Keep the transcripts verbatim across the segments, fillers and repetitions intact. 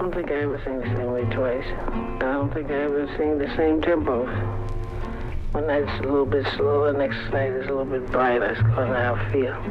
don't think I ever sing the same way twice. I don't think I ever sing the same tempo. One night's a little bit slower, next night is a little bit brighter. It's kind of how I feel.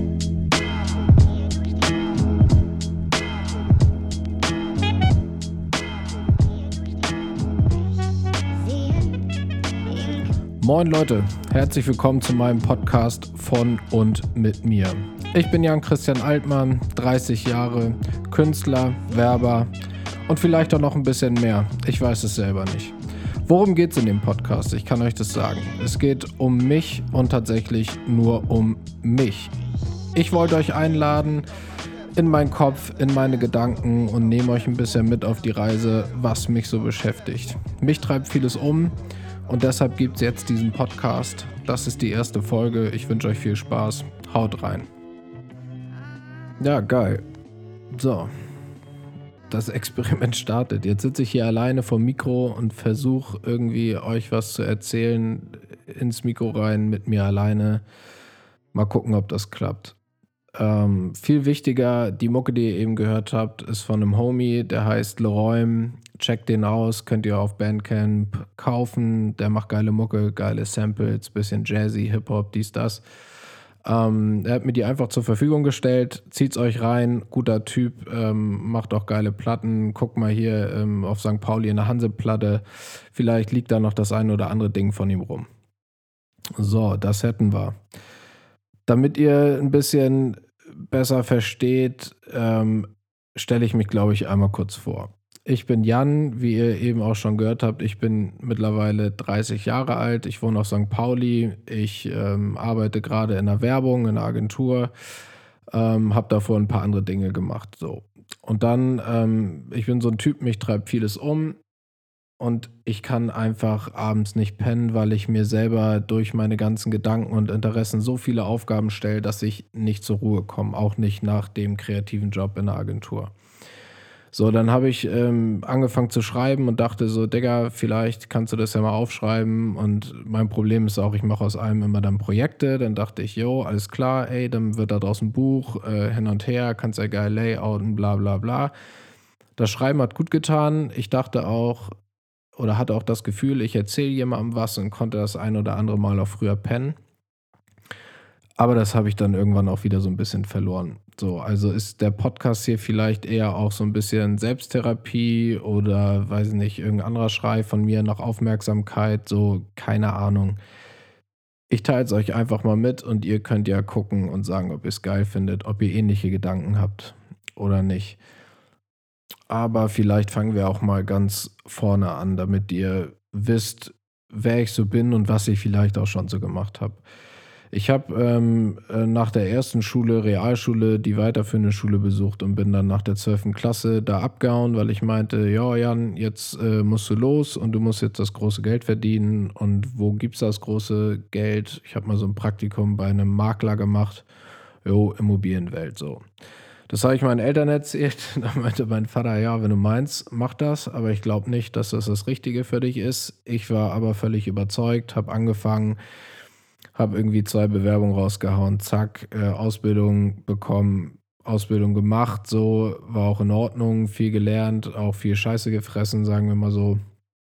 Moin Leute, herzlich willkommen zu meinem Podcast von und mit mir. Ich bin Jan Christian Altmann, dreißig Jahre, Künstler, Werber und vielleicht auch noch ein bisschen mehr. Ich weiß es selber nicht. Worum geht es in dem Podcast? Ich kann euch das sagen. Es geht um mich und tatsächlich nur um mich. Ich wollte euch einladen in meinen Kopf, in meine Gedanken und nehme euch ein bisschen mit auf die Reise, was mich so beschäftigt. Mich treibt vieles um. Und deshalb gibt es jetzt diesen Podcast. Das ist die erste Folge. Ich wünsche euch viel Spaß. Haut rein. Ja, geil. So. Das Experiment startet. Jetzt sitze ich hier alleine vorm Mikro und versuche irgendwie euch was zu erzählen. Ins Mikro rein, mit mir alleine. Mal gucken, ob das klappt. Ähm, viel wichtiger, die Mucke, die ihr eben gehört habt, ist von einem Homie, der heißt Leroy. Checkt den aus, könnt ihr auf Bandcamp kaufen. Der macht geile Mucke, geile Samples, bisschen Jazzy, Hip-Hop, dies, das. Ähm, er hat mir die einfach zur Verfügung gestellt. Zieht's euch rein, guter Typ, ähm, macht auch geile Platten. Guckt mal hier ähm, auf Sankt Pauli in der Hanse-Platte. Vielleicht liegt da noch das ein oder andere Ding von ihm rum. So, das hätten wir. Damit ihr ein bisschen besser versteht, ähm, stelle ich mich, glaube ich, einmal kurz vor. Ich bin Jan, wie ihr eben auch schon gehört habt. Ich bin mittlerweile dreißig Jahre alt. Ich wohne auf Sankt Pauli. Ich ähm, arbeite gerade in der Werbung, in der Agentur. Ähm, habe davor ein paar andere Dinge gemacht. So. Und dann, ähm, ich bin so ein Typ, mich treibt vieles um. Und ich kann einfach abends nicht pennen, weil ich mir selber durch meine ganzen Gedanken und Interessen so viele Aufgaben stelle, dass ich nicht zur Ruhe komme. Auch nicht nach dem kreativen Job in der Agentur. So, dann habe ich ähm, angefangen zu schreiben und dachte so, Digga, vielleicht kannst du das ja mal aufschreiben. Und mein Problem ist auch, ich mache aus allem immer dann Projekte. Dann dachte ich, jo, alles klar, ey, dann wird da draußen ein Buch, äh, hin und her, kannst ja geil layouten, bla bla bla. Das Schreiben hat gut getan. Ich dachte auch, oder hatte auch das Gefühl, ich erzähle jemandem was und konnte das ein oder andere Mal auch früher pennen. Aber das habe ich dann irgendwann auch wieder so ein bisschen verloren. So, also ist der Podcast hier vielleicht eher auch so ein bisschen Selbsttherapie oder, weiß nicht, irgendein anderer Schrei von mir nach Aufmerksamkeit, so, keine Ahnung. Ich teile es euch einfach mal mit und ihr könnt ja gucken und sagen, ob ihr es geil findet, ob ihr ähnliche Gedanken habt oder nicht. Aber vielleicht fangen wir auch mal ganz vorne an, damit ihr wisst, wer ich so bin und was ich vielleicht auch schon so gemacht habe. Ich habe ähm, nach der ersten Schule, Realschule, die weiterführende Schule besucht und bin dann nach der zwölften Klasse da abgehauen, weil ich meinte, ja Jan, jetzt äh, musst du los und du musst jetzt das große Geld verdienen. Und wo gibt's das große Geld? Ich habe mal so ein Praktikum bei einem Makler gemacht, jo, Immobilienwelt so. Das habe ich meinen Eltern erzählt. Da meinte mein Vater, ja, wenn du meinst, mach das. Aber ich glaube nicht, dass das das Richtige für dich ist. Ich war aber völlig überzeugt, habe angefangen, habe irgendwie zwei Bewerbungen rausgehauen, zack, äh, Ausbildung bekommen, Ausbildung gemacht, so, war auch in Ordnung, viel gelernt, auch viel Scheiße gefressen, sagen wir mal so.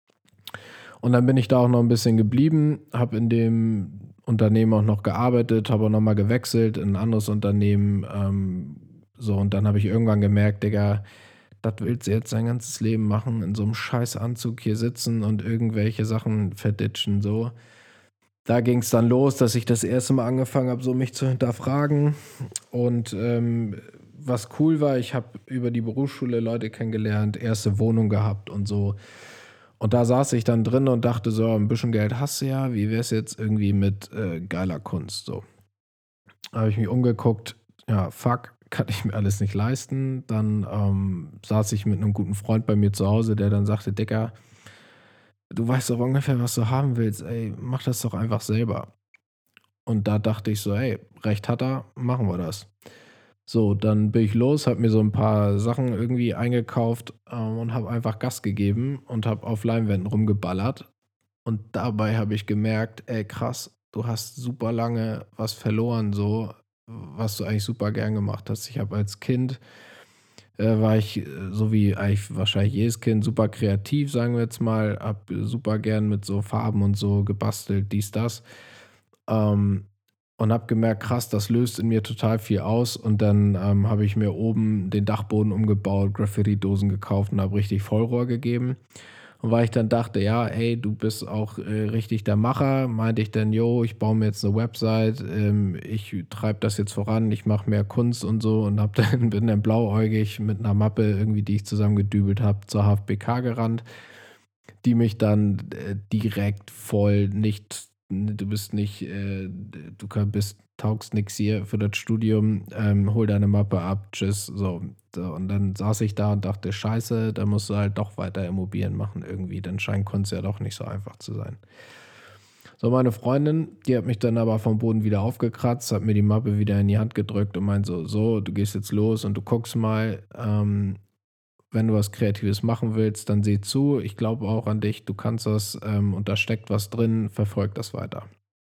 Und dann bin ich da auch noch ein bisschen geblieben, habe in dem Unternehmen auch noch gearbeitet, habe auch nochmal gewechselt in ein anderes Unternehmen, ähm, so, und dann habe ich irgendwann gemerkt, Digga, das willst du jetzt dein ganzes Leben machen, in so einem scheiß Anzug hier sitzen und irgendwelche Sachen verditschen, so. Da ging es dann los, dass ich das erste Mal angefangen habe, so mich zu hinterfragen. Und ähm, was cool war, ich habe über die Berufsschule Leute kennengelernt, erste Wohnung gehabt und so. Und da saß ich dann drin und dachte so, ein bisschen Geld hast du ja, wie wär's jetzt irgendwie mit äh, geiler Kunst, so. Da habe ich mich umgeguckt, ja, fuck, kann ich mir alles nicht leisten. Dann ähm, saß ich mit einem guten Freund bei mir zu Hause, der dann sagte, Dicker, du weißt doch ungefähr, was du haben willst, ey, mach das doch einfach selber. Und da dachte ich so, ey, recht hat er, machen wir das. So, dann bin ich los, habe mir so ein paar Sachen irgendwie eingekauft ähm, und habe einfach Gas gegeben und habe auf Leinwänden rumgeballert. Und dabei habe ich gemerkt, ey, krass, du hast super lange was verloren, so, was du eigentlich super gern gemacht hast. Ich habe als Kind äh, war ich, äh, so wie eigentlich wahrscheinlich jedes Kind, super kreativ, sagen wir jetzt mal, hab super gern mit so Farben und so gebastelt, dies, das. Ähm, und habe gemerkt, krass, das löst in mir total viel aus. Und dann ähm, habe ich mir oben den Dachboden umgebaut, Graffiti-Dosen gekauft und habe richtig Vollrohr gegeben. Und weil ich dann dachte, ja, ey, du bist auch äh, richtig der Macher, meinte ich dann, yo, ich baue mir jetzt eine Website, ähm, ich treibe das jetzt voran, ich mache mehr Kunst und so und hab dann, bin dann blauäugig mit einer Mappe irgendwie, die ich zusammengedübelt habe, zur H F B K gerannt, die mich dann äh, direkt voll nicht, du bist nicht, äh, du kann, bist, taugst nix hier für das Studium, ähm, hol deine Mappe ab, tschüss, so. So, und dann saß ich da und dachte, scheiße, da musst du halt doch weiter Immobilien machen irgendwie, dann scheint Kunst ja doch nicht so einfach zu sein. So, meine Freundin, die hat mich dann aber vom Boden wieder aufgekratzt, hat mir die Mappe wieder in die Hand gedrückt und meint so, so, du gehst jetzt los und du guckst mal, ähm, wenn du was Kreatives machen willst, dann seh zu. Ich glaube auch an dich, du kannst das ähm, und da steckt was drin, verfolg das weiter.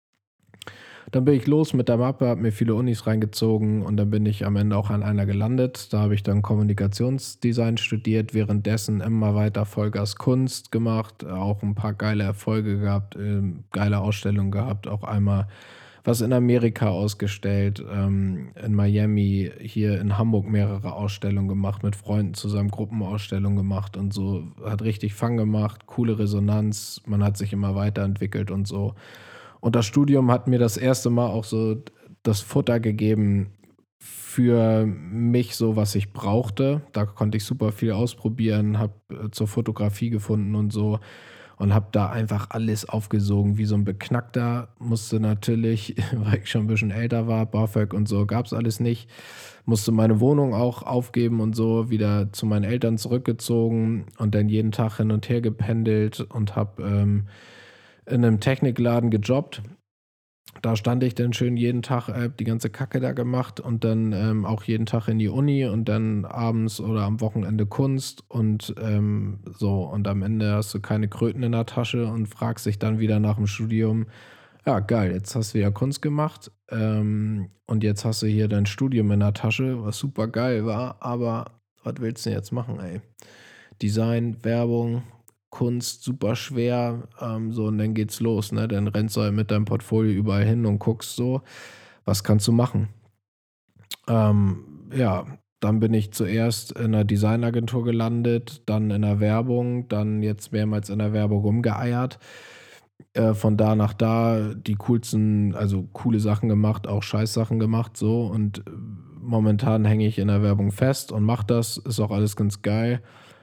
Dann bin ich los mit der Mappe, habe mir viele Unis reingezogen und dann bin ich am Ende auch an einer gelandet. Da habe ich dann Kommunikationsdesign studiert, währenddessen immer weiter Vollgas Kunst gemacht, auch ein paar geile Erfolge gehabt, ähm, geile Ausstellungen gehabt, auch einmal was in Amerika ausgestellt, ähm, in Miami, hier in Hamburg mehrere Ausstellungen gemacht, mit Freunden zusammen Gruppenausstellungen gemacht und so. Hat richtig Fun gemacht, coole Resonanz, man hat sich immer weiterentwickelt und so. Und das Studium hat mir das erste Mal auch so das Futter gegeben für mich, so was ich brauchte. Da konnte ich super viel ausprobieren, habe äh, zur Fotografie gefunden und so und habe da einfach alles aufgesogen wie so ein Beknackter. Musste natürlich, weil ich schon ein bisschen älter war, BAföG und so gab es alles nicht. Musste meine Wohnung auch aufgeben und so, wieder zu meinen Eltern zurückgezogen und dann jeden Tag hin und her gependelt und habe ähm, in einem Technikladen gejobbt. Da stand ich dann schön jeden Tag, äh, die ganze Kacke da gemacht und dann ähm, auch jeden Tag in die Uni und dann abends oder am Wochenende Kunst und ähm, so. Und am Ende hast du keine Kröten in der Tasche und fragst dich dann wieder nach dem Studium, ja geil, jetzt hast du wieder Kunst gemacht ähm, und jetzt hast du hier dein Studium in der Tasche, was super geil war, aber was willst du denn jetzt machen, ey? Design, Werbung, Kunst super schwer, ähm, so und dann geht's los, ne? Dann rennst du halt mit deinem Portfolio überall hin und guckst so, was kannst du machen? Ähm, ja, dann bin ich zuerst in einer Designagentur gelandet, dann in der Werbung, dann jetzt mehrmals in der Werbung rumgeeiert. Äh, von da nach da die coolsten, also coole Sachen gemacht, auch Scheißsachen gemacht, so und äh, momentan hänge ich in der Werbung fest und mache das, ist auch alles ganz geil.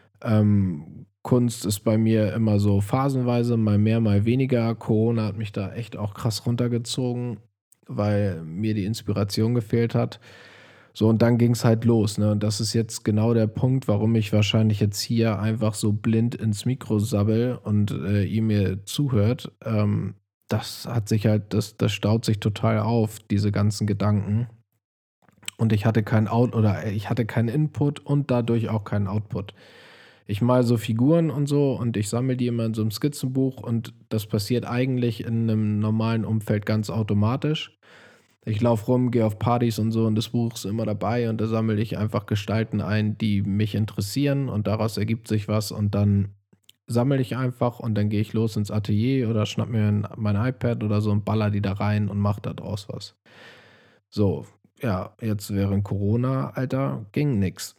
Ähm, Kunst ist bei mir immer so phasenweise, mal mehr, mal weniger. Corona hat mich da echt auch krass runtergezogen, weil mir die Inspiration gefehlt hat. So, und dann ging es halt los, ne? Und das ist jetzt genau der Punkt, warum ich wahrscheinlich jetzt hier einfach so blind ins Mikro sabbel und äh, ihr mir zuhört. Ähm, das hat sich halt, das, das staut sich total auf, diese ganzen Gedanken. Und ich hatte keinen Out oder äh, ich hatte keinen Input und dadurch auch keinen Output. Ich male so Figuren und so und ich sammle die immer in so einem Skizzenbuch und das passiert eigentlich in einem normalen Umfeld ganz automatisch. Ich laufe rum, gehe auf Partys und so und das Buch ist immer dabei und da sammle ich einfach Gestalten ein, die mich interessieren und daraus ergibt sich was und dann sammle ich einfach und dann gehe ich los ins Atelier oder schnapp mir ein, mein iPad oder so und baller die da rein und mach da draus was. So, ja, jetzt während Corona, Alter, ging nix.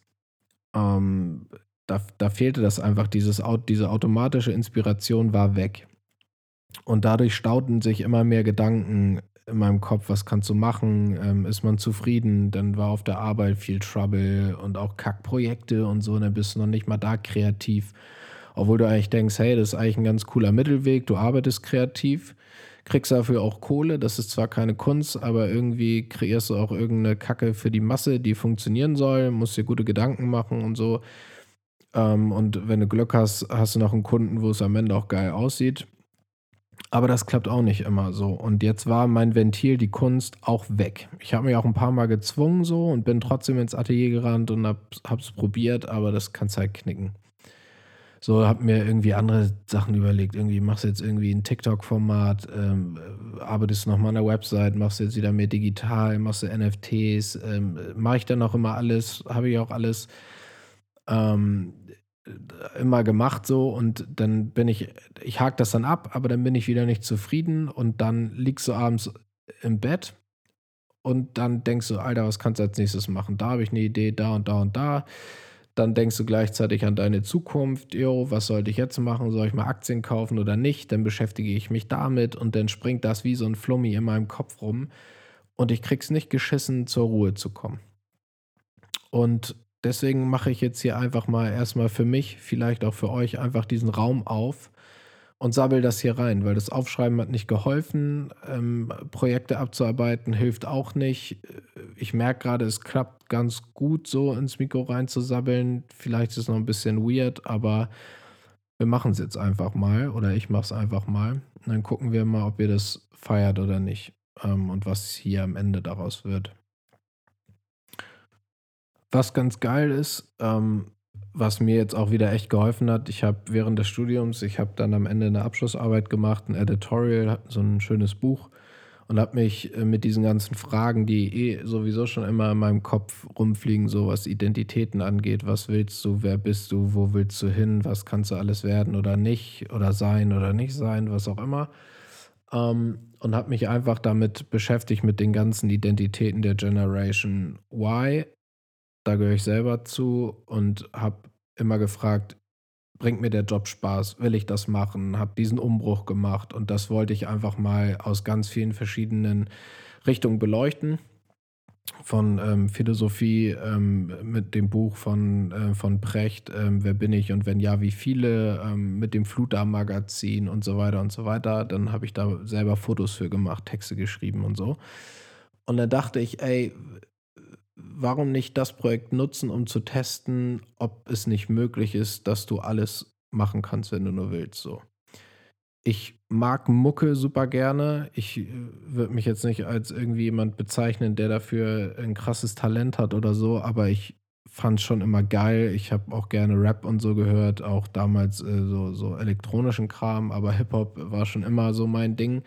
Ähm, da, da fehlte das einfach, dieses, Au- diese automatische Inspiration war weg. Und dadurch stauten sich immer mehr Gedanken in meinem Kopf, was kannst du machen? Ähm, ist man zufrieden? Dann war auf der Arbeit viel Trouble und auch Kackprojekte und so, und dann bist du noch nicht mal da kreativ. Obwohl du eigentlich denkst, hey, das ist eigentlich ein ganz cooler Mittelweg, du arbeitest kreativ, kriegst dafür auch Kohle, das ist zwar keine Kunst, aber irgendwie kreierst du auch irgendeine Kacke für die Masse, die funktionieren soll, musst dir gute Gedanken machen und so. Ähm, und wenn du Glück hast, hast du noch einen Kunden, wo es am Ende auch geil aussieht. Aber das klappt auch nicht immer so. Und jetzt war mein Ventil, die Kunst, auch weg. Ich habe mich auch ein paar Mal gezwungen so und bin trotzdem ins Atelier gerannt und hab, hab's probiert, aber das kann's halt knicken. So, hab mir irgendwie andere Sachen überlegt. Irgendwie machst du jetzt irgendwie ein TikTok-Format, ähm, äh, arbeitest noch mal an der Website, machst du jetzt wieder mehr digital, machst du N F Ts, ähm, mache ich dann auch immer alles, habe ich auch alles. ähm, immer gemacht so und dann bin ich ich hake das dann ab, aber dann bin ich wieder nicht zufrieden und dann liegst du abends im Bett und dann denkst du: „Alter, was kannst du als Nächstes machen? Da habe ich 'ne Idee, da und da und da.“ Dann denkst du gleichzeitig an deine Zukunft: „Jo, was sollte ich jetzt machen? Soll ich mal Aktien kaufen oder nicht?“ Dann beschäftige ich mich damit und dann springt das wie so 'n Flummi in meinem Kopf rum und ich kriege es nicht geschissen, zur Ruhe zu kommen. Und deswegen mache ich jetzt hier einfach mal erst mal für mich, vielleicht auch für euch, einfach diesen Raum auf und sabbel das hier rein, weil das Aufschreiben hat nicht geholfen. Ähm, Projekte abzuarbeiten hilft auch nicht. Äh, Ich merke gerade, es klappt ganz gut, so ins Mikro reinzusabbeln. Vielleicht ist es noch ein bisschen weird, aber wir machen es jetzt einfach mal oder ich mache es einfach mal. Und dann gucken wir mal, ob ihr das feiert oder nicht, ähm, und was hier am Ende daraus wird. Was ganz geil ist, ähm, was mir jetzt auch wieder echt geholfen hat, ich habe während des Studiums ich habe dann am Ende eine Abschlussarbeit gemacht, ein Editorial, so ein schönes Buch und habe mich, äh, mit diesen ganzen Fragen, die eh sowieso schon immer in meinem Kopf rumfliegen, so was Identitäten angeht. Was willst du? Wer bist du? Wo willst du hin? Was kannst du alles werden oder nicht oder sein oder nicht sein, was auch immer. Ähm, und habe mich einfach damit beschäftigt mit den ganzen Identitäten der Generation Y. Da gehöre ich selber zu und habe immer gefragt: „Bringt mir der Job Spaß? Will ich das machen?“ Habe diesen Umbruch gemacht und das wollte ich einfach mal aus ganz vielen verschiedenen Richtungen beleuchten. Von, ähm, Philosophie, ähm, mit dem Buch von, äh, von Precht, ähm, „Wer bin ich und wenn ja, wie viele?“, ähm, mit dem Fluter-Magazin und so weiter und so weiter. Dann habe ich da selber Fotos für gemacht, Texte geschrieben und so. Und dann dachte ich: „Ey, warum nicht das Projekt nutzen, um zu testen, ob es nicht möglich ist, dass du alles machen kannst, wenn du nur willst, so. Ich mag Mucke super gerne. Ich, äh, würde mich jetzt nicht als irgendwie jemand bezeichnen, der dafür ein krasses Talent hat oder so, aber ich fand's schon immer geil. Ich habe auch gerne Rap und so gehört, auch damals, äh, so so elektronischen Kram, aber Hip-Hop war schon immer so mein Ding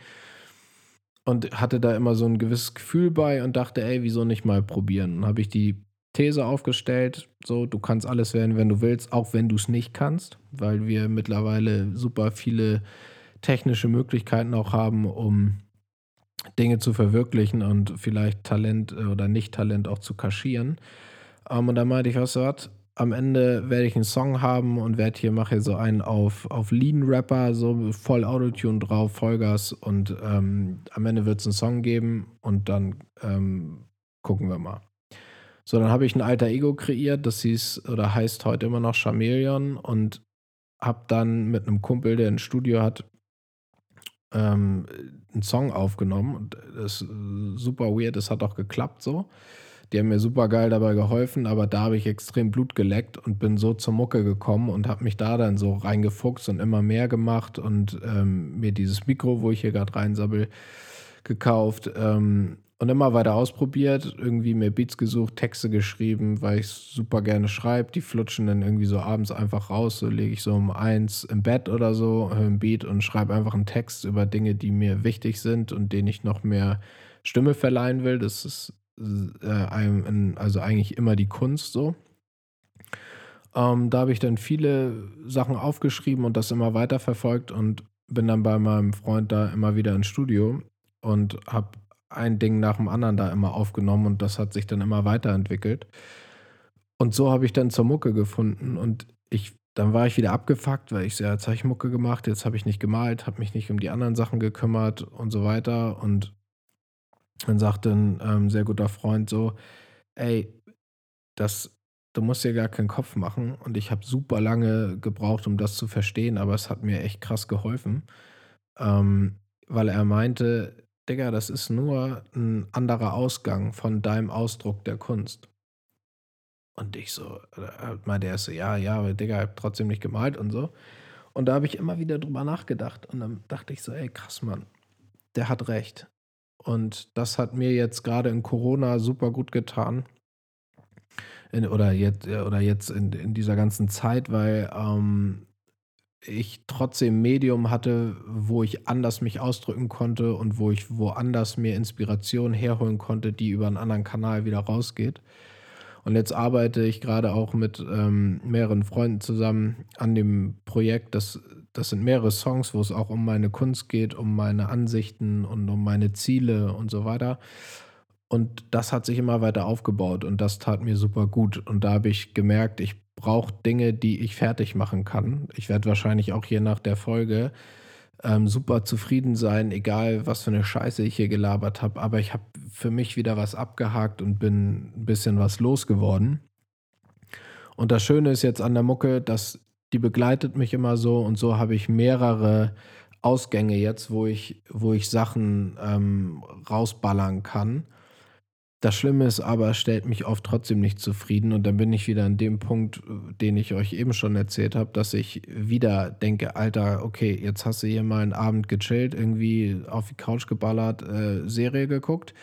und hatte da immer so ein gewisses Gefühl bei und dachte: „Ey, wieso nicht mal probieren?“ Dann habe ich die These aufgestellt, so: „Du kannst alles werden, wenn du willst, auch wenn du es nicht kannst“, weil wir mittlerweile super viele technische Möglichkeiten auch haben, um Dinge zu verwirklichen und vielleicht Talent, äh, oder Nicht-Talent auch zu kaschieren. Ähm, und da meinte ich: „Weißt du was? Am Ende werde ich einen Song haben und werde hier mache hier so einen auf auf Lean-Rapper, so voll Autotune drauf, Vollgas und, ähm, am Ende wird es einen Song geben und dann, ähm, gucken wir mal.“ So, dann habe ich ein Alter Ego kreiert, das hieß oder heißt heute immer noch Chameleon und habe dann mit einem Kumpel, der ein Studio hat, ähm, 'n Song aufgenommen und das ist äh, super weird, das hat auch geklappt so. Die haben mir super geil dabei geholfen, aber da habe ich extrem Blut geleckt und bin so zur Mucke gekommen und habe mich da dann so reingefuchst und immer mehr gemacht und, ähm, mir dieses Mikro, wo ich hier gerade reinsabbel, gekauft, ähm, und immer weiter ausprobiert, irgendwie mir Beats gesucht, Texte geschrieben, weil ich super gerne schreibe. Die flutschen dann irgendwie so abends einfach raus. So lege ich so um eins im Bett oder so, höre 'n Beat und schreibe einfach einen Text über Dinge, die mir wichtig sind und denen ich noch mehr Stimme verleihen will. Das ist, äh, einem in also eigentlich immer die Kunst so. Ähm, da habe ich dann viele Sachen aufgeschrieben und das immer weiterverfolgt und bin dann bei meinem Freund da immer wieder ins Studio und habe ein Ding nach dem anderen da immer aufgenommen und das hat sich dann immer weiterentwickelt. Und so habe ich dann zur Mucke gefunden und ich dann war ich wieder abgefuckt, weil ich so: „Ja, jetzt habe ich Mucke gemacht, jetzt habe ich nicht gemalt, habe mich nicht um die anderen Sachen gekümmert“ und so weiter. Und dann sagte 'n, ähm, sehr guter Freund so: „Ey, das du musst dir gar keinen Kopf machen.“ Und ich habe super lange gebraucht, um das zu verstehen, aber es hat mir echt krass geholfen, ähm, weil er meinte: „Digga, das ist nur ein anderer Ausgang von deinem Ausdruck der Kunst.“ Und ich so äh, meinte er so: „Ja, ja, aber Digga, ich habe trotzdem nicht gemalt und so.“ Und da habe ich immer wieder drüber nachgedacht und dann dachte ich so: „Ey, krass, Mann, der hat recht.“ Und das hat mir jetzt gerade in Corona super gut getan, in oder jetzt äh, oder jetzt in in dieser ganzen Zeit, weil, ähm, ich trotzdem Medium hatte, wo ich anders mich ausdrücken konnte und wo ich woanders mir Inspiration herholen konnte, die über einen anderen Kanal wieder rausgeht. Und jetzt arbeite ich gerade auch mit ähm, mehreren Freunden zusammen an dem Projekt. Das, das sind mehrere Songs, wo es auch um meine Kunst geht, um meine Ansichten und um meine Ziele und so weiter. Und das hat sich immer weiter aufgebaut und das tat mir super gut. Und da habe ich gemerkt, ich brauche Dinge, die ich fertig machen kann. Ich werde wahrscheinlich auch hier nach der Folge ähm, super zufrieden sein, egal was für eine Scheiße ich hier gelabert habe. Aber ich habe für mich wieder was abgehakt und bin ein bisschen was losgeworden. Und das Schöne ist jetzt an der Mucke, dass die begleitet mich immer so und so habe ich mehrere Ausgänge jetzt, wo ich, wo ich Sachen ähm, rausballern kann. Das Schlimme ist aber, es stellt mich oft trotzdem nicht zufrieden und dann bin ich wieder an dem Punkt, äh, den ich euch eben schon erzählt habe, dass ich wieder denke, Alter, okay, jetzt hast du hier mal einen Abend gechillt, irgendwie auf die Couch geballert, äh, Serie geguckt,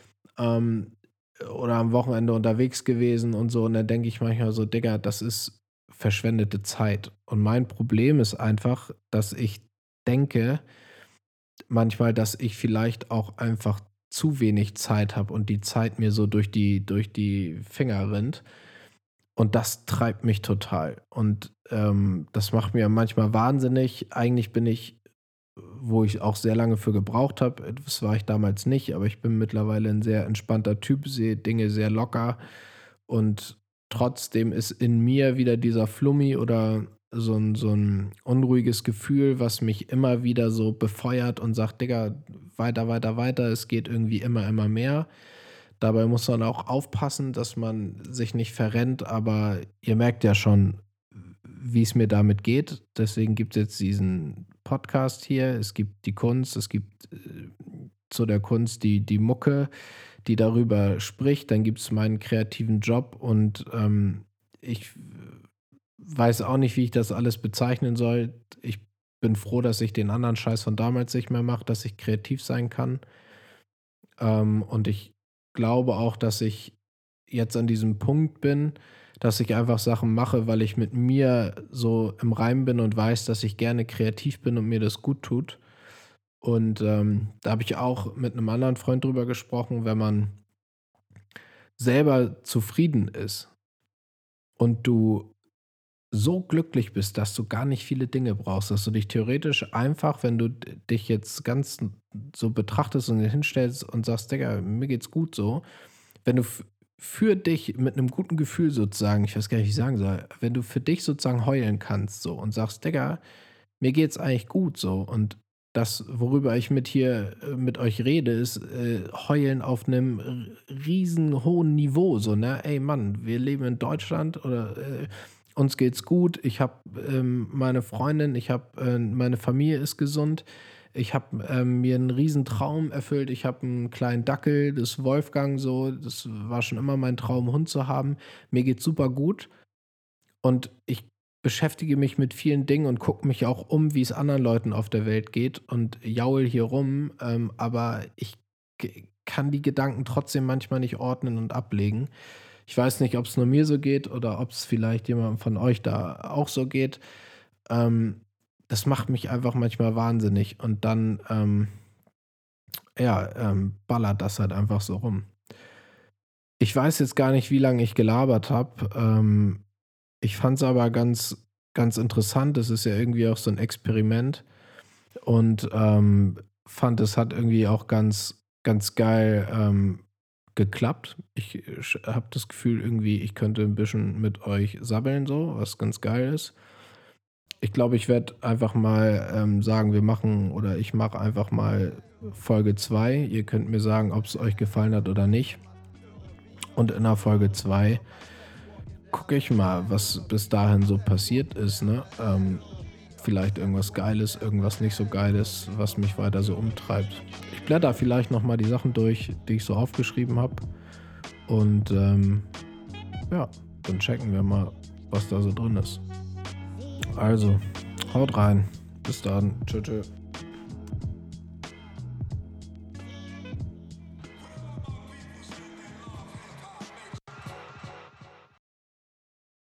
ähm, oder am Wochenende unterwegs gewesen und so und dann denke ich manchmal so, Digga, das ist verschwendete Zeit. Und mein Problem ist einfach, dass ich denke, manchmal, dass ich vielleicht auch einfach zu wenig Zeit habe und die Zeit mir so durch die, durch die Finger rinnt. Und das treibt mich total. Und ähm, das macht mir manchmal wahnsinnig. Eigentlich bin ich, wo ich auch sehr lange für gebraucht habe, das war ich damals nicht, aber ich bin mittlerweile ein sehr entspannter Typ, sehe Dinge sehr locker und trotzdem ist in mir wieder dieser Flummi oder so ein, so ein unruhiges Gefühl, was mich immer wieder so befeuert und sagt, Digga, weiter, weiter, weiter, es geht irgendwie immer, immer mehr. Dabei muss man auch aufpassen, dass man sich nicht verrennt, aber ihr merkt ja schon, wie es mir damit geht. Deswegen gibt es jetzt diesen Podcast hier. Es gibt die Kunst, es gibt äh, zu der Kunst die, die Mucke, die darüber spricht. Dann gibt es meinen kreativen Job und ähm, ich weiß auch nicht, wie ich das alles bezeichnen soll. Ich bin froh, dass ich den anderen Scheiß von damals nicht mehr mache, dass ich kreativ sein kann. Ähm, und ich glaube auch, dass ich jetzt an diesem Punkt bin, dass ich einfach Sachen mache, weil ich mit mir so im Reim bin und weiß, dass ich gerne kreativ bin und mir das gut tut. Und ähm, da habe ich auch mit einem anderen Freund drüber gesprochen, wenn man selber zufrieden ist und du so glücklich bist, dass du gar nicht viele Dinge brauchst, dass du dich theoretisch einfach, wenn du d- dich jetzt ganz so betrachtest und dir hinstellst und sagst, Digga, mir geht's gut so, wenn du f- für dich mit einem guten Gefühl sozusagen, ich weiß gar nicht, wie ich sagen soll, wenn du für dich sozusagen heulen kannst so und sagst, Digga, mir geht's eigentlich gut so und das, worüber ich mit hier äh, mit euch rede, ist äh, heulen auf einem r- riesen hohen Niveau. So, ne? Ey Mann, wir leben in Deutschland oder äh, uns geht's gut. Ich habe ähm, meine Freundin, ich habe äh, meine Familie ist gesund. Ich habe ähm, mir einen riesen Traum erfüllt. Ich habe einen kleinen Dackel, das Wolfgang so. Das war schon immer mein Traum, einen Hund zu haben. Mir geht's super gut. Und ich beschäftige mich mit vielen Dingen und gucke mich auch um, wie es anderen Leuten auf der Welt geht und jaul hier rum. Ähm, aber ich g- kann die Gedanken trotzdem manchmal nicht ordnen und ablegen. Ich weiß nicht, ob es nur mir so geht oder ob es vielleicht jemandem von euch da auch so geht. Ähm, Das macht mich einfach manchmal wahnsinnig und dann, ähm, ja, ähm, ballert das halt einfach so rum. Ich weiß jetzt gar nicht, wie lange ich gelabert habe. Ähm, ich fand es aber ganz, ganz interessant. Es ist ja irgendwie auch so ein Experiment und ähm, fand, es hat irgendwie auch ganz, ganz geil ähm, geklappt. Ich habe das Gefühl, irgendwie, ich könnte ein bisschen mit euch sabbeln, so, was ganz geil ist. Ich glaube, ich werde einfach mal ähm, sagen, wir machen oder ich mache einfach mal Folge zwei. Ihr könnt mir sagen, ob es euch gefallen hat oder nicht. Und in der Folge zwei gucke ich mal, was bis dahin so passiert ist. Ne? Ähm, vielleicht irgendwas Geiles, irgendwas nicht so Geiles, was mich weiter so umtreibt. Ich blätter vielleicht nochmal die Sachen durch, die ich so aufgeschrieben habe. Und ähm, ja, dann checken wir mal, was da so drin ist. Also, haut rein. Bis dann. Tschö, tschö.